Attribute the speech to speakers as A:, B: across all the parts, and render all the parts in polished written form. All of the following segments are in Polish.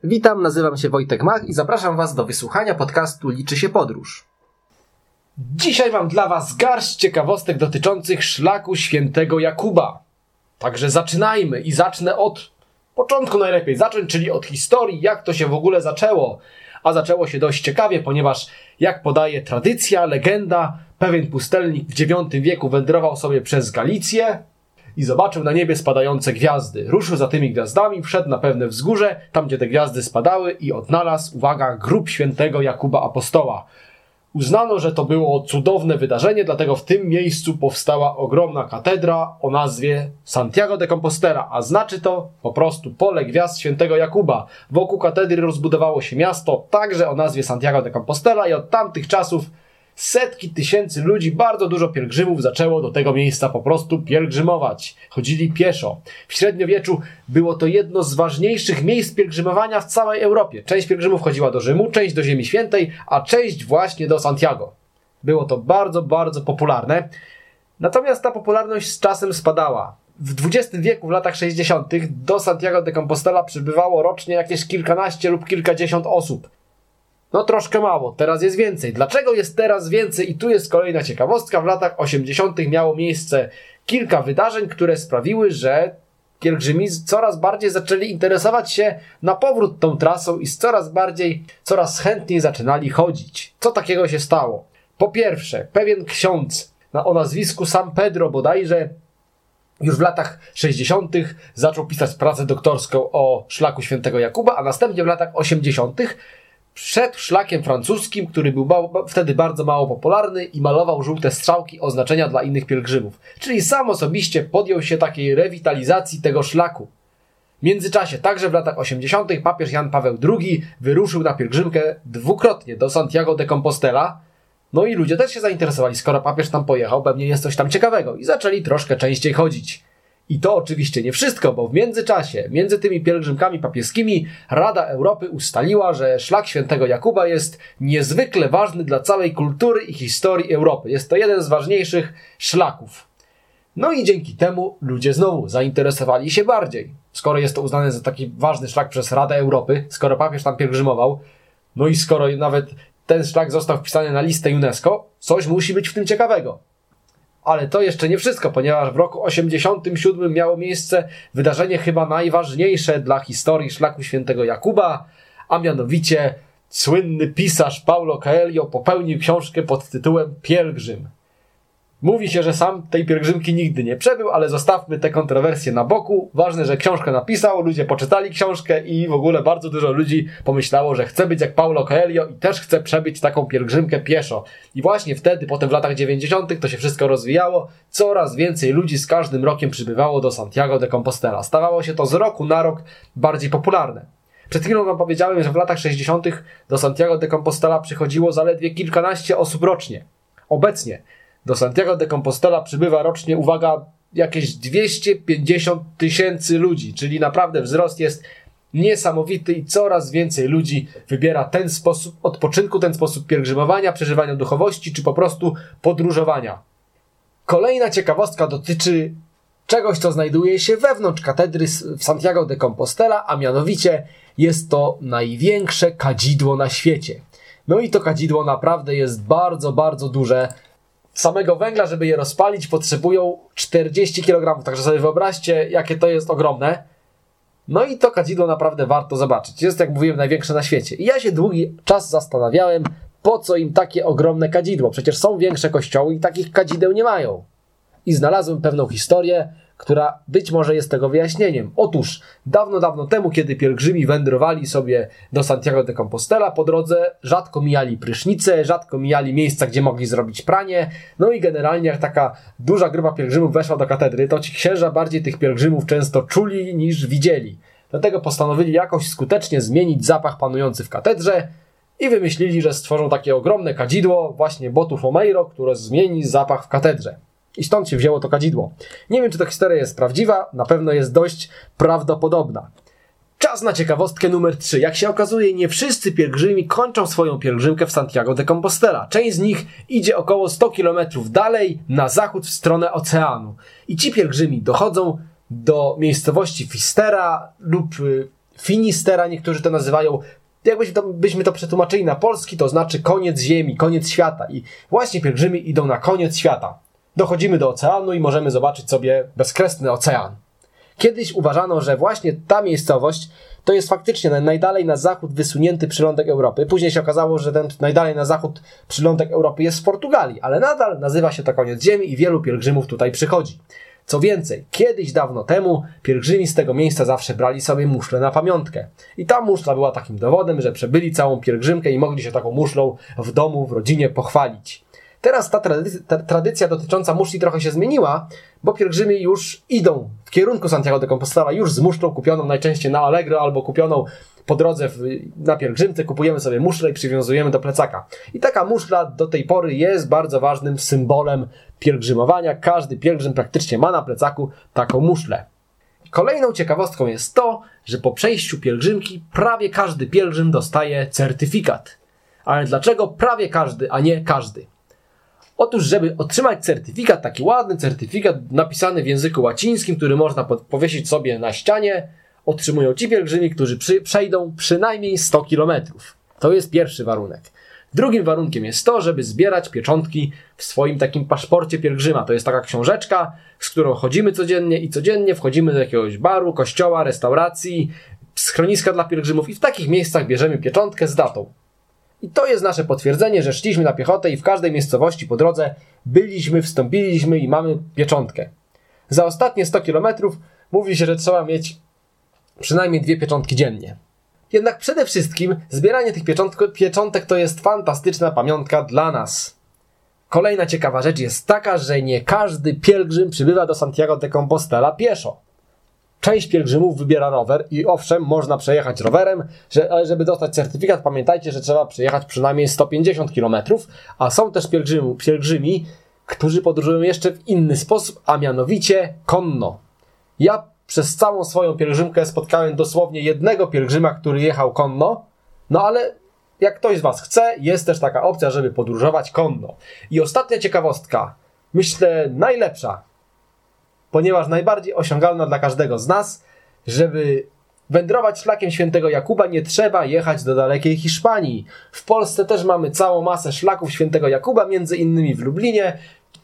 A: Witam, nazywam się Wojtek Mach i zapraszam Was do wysłuchania podcastu Liczy się podróż. Dzisiaj mam dla Was garść ciekawostek dotyczących szlaku świętego Jakuba. Także zaczynajmy i zacznę od początku najlepiej zacząć, czyli od historii, jak to się w ogóle zaczęło. A zaczęło się dość ciekawie, ponieważ jak podaje tradycja, legenda, pewien pustelnik w IX wieku wędrował sobie przez Galicję i zobaczył na niebie spadające gwiazdy. Ruszył za tymi gwiazdami, wszedł na pewne wzgórze, tam gdzie te gwiazdy spadały i odnalazł, uwaga, grób świętego Jakuba Apostoła. Uznano, że to było cudowne wydarzenie, dlatego w tym miejscu powstała ogromna katedra o nazwie Santiago de Compostela, a znaczy to po prostu pole gwiazd świętego Jakuba. Wokół katedry rozbudowało się miasto także o nazwie Santiago de Compostela i od tamtych czasów setki tysięcy ludzi, bardzo dużo pielgrzymów zaczęło do tego miejsca po prostu pielgrzymować. Chodzili pieszo. W średniowieczu było to jedno z ważniejszych miejsc pielgrzymowania w całej Europie. Część pielgrzymów chodziła do Rzymu, część do Ziemi Świętej, a część właśnie do Santiago. Było to bardzo, bardzo popularne. Natomiast ta popularność z czasem spadała. W XX wieku, w latach 60. do Santiago de Compostela przybywało rocznie jakieś kilkanaście lub kilkadziesiąt osób. No troszkę mało, teraz jest więcej. Dlaczego jest teraz więcej? I tu jest kolejna ciekawostka. W latach 80. miało miejsce kilka wydarzeń, które sprawiły, że pielgrzymi coraz bardziej zaczęli interesować się na powrót tą trasą i coraz chętniej zaczynali chodzić. Co takiego się stało? Po pierwsze, pewien ksiądz o nazwisku San Pedro bodajże już w latach 60. zaczął pisać pracę doktorską o szlaku świętego Jakuba, a następnie w latach 80. przed szlakiem francuskim, który był wtedy bardzo mało popularny i malował żółte strzałki oznaczenia dla innych pielgrzymów. Czyli sam osobiście podjął się takiej rewitalizacji tego szlaku. W międzyczasie, także w latach 80. papież Jan Paweł II wyruszył na pielgrzymkę dwukrotnie do Santiago de Compostela. No i ludzie też się zainteresowali, skoro papież tam pojechał, pewnie jest coś tam ciekawego i zaczęli troszkę częściej chodzić. I to oczywiście nie wszystko, bo w międzyczasie, między tymi pielgrzymkami papieskimi, Rada Europy ustaliła, że szlak świętego Jakuba jest niezwykle ważny dla całej kultury i historii Europy. Jest to jeden z ważniejszych szlaków. No i dzięki temu ludzie znowu zainteresowali się bardziej. Skoro jest to uznane za taki ważny szlak przez Radę Europy, skoro papież tam pielgrzymował, no i skoro nawet ten szlak został wpisany na listę UNESCO, coś musi być w tym ciekawego. Ale to jeszcze nie wszystko, ponieważ w roku 87 miało miejsce wydarzenie chyba najważniejsze dla historii szlaku świętego Jakuba, a mianowicie słynny pisarz Paulo Coelho popełnił książkę pod tytułem Pielgrzym. Mówi się, że sam tej pielgrzymki nigdy nie przebył, ale zostawmy te kontrowersje na boku. Ważne, że książkę napisał, ludzie poczytali książkę i w ogóle bardzo dużo ludzi pomyślało, że chce być jak Paulo Coelho i też chce przebyć taką pielgrzymkę pieszo. I właśnie wtedy, potem w latach 90. to się wszystko rozwijało. Coraz więcej ludzi z każdym rokiem przybywało do Santiago de Compostela. Stawało się to z roku na rok bardziej popularne. Przed chwilą wam powiedziałem, że w latach 60. do Santiago de Compostela przychodziło zaledwie kilkanaście osób rocznie. Obecnie do Santiago de Compostela przybywa rocznie, uwaga, jakieś 250 000 ludzi, czyli naprawdę wzrost jest niesamowity i coraz więcej ludzi wybiera ten sposób odpoczynku, ten sposób pielgrzymowania, przeżywania duchowości, czy po prostu podróżowania. Kolejna ciekawostka dotyczy czegoś, co znajduje się wewnątrz katedry w Santiago de Compostela, a mianowicie jest to największe kadzidło na świecie. No i to kadzidło naprawdę jest bardzo, bardzo duże. Samego węgla, żeby je rozpalić, potrzebują 40 kg, także sobie wyobraźcie, jakie to jest ogromne. No i to kadzidło naprawdę warto zobaczyć. Jest, jak mówiłem, największe na świecie. I ja się długi czas zastanawiałem, po co im takie ogromne kadzidło. Przecież są większe kościoły i takich kadzideł nie mają. I znalazłem pewną historię, która być może jest tego wyjaśnieniem. Otóż dawno, dawno temu, kiedy pielgrzymi wędrowali sobie do Santiago de Compostela, po drodze rzadko mijali prysznice, rzadko mijali miejsca, gdzie mogli zrobić pranie. No i generalnie jak taka duża grupa pielgrzymów weszła do katedry, to ci księża bardziej tych pielgrzymów często czuli niż widzieli. Dlatego postanowili jakoś skutecznie zmienić zapach panujący w katedrze i wymyślili, że stworzą takie ogromne kadzidło, właśnie Botu Fomeiro, które zmieni zapach w katedrze. I stąd się wzięło to kadzidło. Nie wiem, czy ta historia jest prawdziwa, na pewno jest dość prawdopodobna. Czas na ciekawostkę numer 3. Jak się okazuje, nie wszyscy pielgrzymi kończą swoją pielgrzymkę w Santiago de Compostela. Część z nich idzie około 100 km dalej, na zachód w stronę oceanu. I ci pielgrzymi dochodzą do miejscowości Fistera lub Finistera, niektórzy to nazywają. Jakbyśmy to przetłumaczyli na polski, to znaczy koniec ziemi, koniec świata. I właśnie pielgrzymi idą na koniec świata. Dochodzimy do oceanu i możemy zobaczyć sobie bezkresny ocean. Kiedyś uważano, że właśnie ta miejscowość to jest faktycznie najdalej na zachód wysunięty przylądek Europy. Później się okazało, że ten najdalej na zachód przylądek Europy jest w Portugalii, ale nadal nazywa się to koniec ziemi i wielu pielgrzymów tutaj przychodzi. Co więcej, kiedyś dawno temu pielgrzymi z tego miejsca zawsze brali sobie muszlę na pamiątkę. I ta muszla była takim dowodem, że przebyli całą pielgrzymkę i mogli się taką muszlą w domu, w rodzinie pochwalić. Teraz ta tradycja dotycząca muszli trochę się zmieniła, bo pielgrzymi już idą w kierunku Santiago de Compostela już z muszlą kupioną najczęściej na Allegro albo kupioną po drodze na pielgrzymce. Kupujemy sobie muszlę i przywiązujemy do plecaka. I taka muszla do tej pory jest bardzo ważnym symbolem pielgrzymowania. Każdy pielgrzym praktycznie ma na plecaku taką muszlę. Kolejną ciekawostką jest to, że po przejściu pielgrzymki prawie każdy pielgrzym dostaje certyfikat. Ale dlaczego prawie każdy, a nie każdy? Otóż, żeby otrzymać certyfikat, taki ładny certyfikat napisany w języku łacińskim, który można powiesić sobie na ścianie, otrzymują ci pielgrzymi, którzy przejdą przynajmniej 100 km. To jest pierwszy warunek. Drugim warunkiem jest to, żeby zbierać pieczątki w swoim takim paszporcie pielgrzyma. To jest taka książeczka, z którą chodzimy codziennie i codziennie wchodzimy do jakiegoś baru, kościoła, restauracji, schroniska dla pielgrzymów i w takich miejscach bierzemy pieczątkę z datą. I to jest nasze potwierdzenie, że szliśmy na piechotę i w każdej miejscowości po drodze byliśmy, wstąpiliśmy i mamy pieczątkę. Za ostatnie 100 km mówi się, że trzeba mieć przynajmniej 2 pieczątki dziennie. Jednak przede wszystkim zbieranie tych pieczątek to jest fantastyczna pamiątka dla nas. Kolejna ciekawa rzecz jest taka, że nie każdy pielgrzym przybywa do Santiago de Compostela pieszo. Część pielgrzymów wybiera rower i owszem, można przejechać rowerem, ale żeby dostać certyfikat, pamiętajcie, że trzeba przejechać przynajmniej 150 km, a są też pielgrzymi, którzy podróżują jeszcze w inny sposób, a mianowicie konno. Ja przez całą swoją pielgrzymkę spotkałem dosłownie jednego pielgrzyma, który jechał konno, no ale jak ktoś z Was chce, jest też taka opcja, żeby podróżować konno. I ostatnia ciekawostka, myślę najlepsza, ponieważ najbardziej osiągalna dla każdego z nas, żeby wędrować szlakiem świętego Jakuba nie trzeba jechać do dalekiej Hiszpanii. W Polsce też mamy całą masę szlaków świętego Jakuba, między innymi w Lublinie.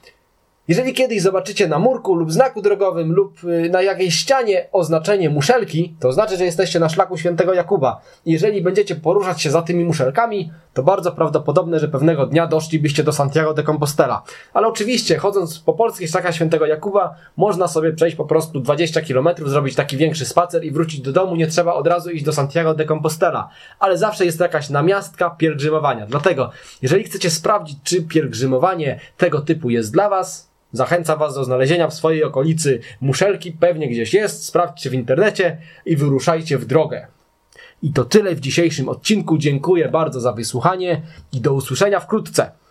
A: Jeżeli kiedyś zobaczycie na murku lub znaku drogowym lub na jakiejś ścianie oznaczenie muszelki, to znaczy, że jesteście na szlaku świętego Jakuba. Jeżeli będziecie poruszać się za tymi muszelkami, to bardzo prawdopodobne, że pewnego dnia doszlibyście do Santiago de Compostela. Ale oczywiście, chodząc po polskich szlakach świętego Jakuba, można sobie przejść po prostu 20 km, zrobić taki większy spacer i wrócić do domu. Nie trzeba od razu iść do Santiago de Compostela. Ale zawsze jest to jakaś namiastka pielgrzymowania. Dlatego, jeżeli chcecie sprawdzić, czy pielgrzymowanie tego typu jest dla Was, zachęcam Was do znalezienia w swojej okolicy muszelki, pewnie gdzieś jest, sprawdźcie w internecie i wyruszajcie w drogę. I to tyle w dzisiejszym odcinku. Dziękuję bardzo za wysłuchanie i do usłyszenia wkrótce.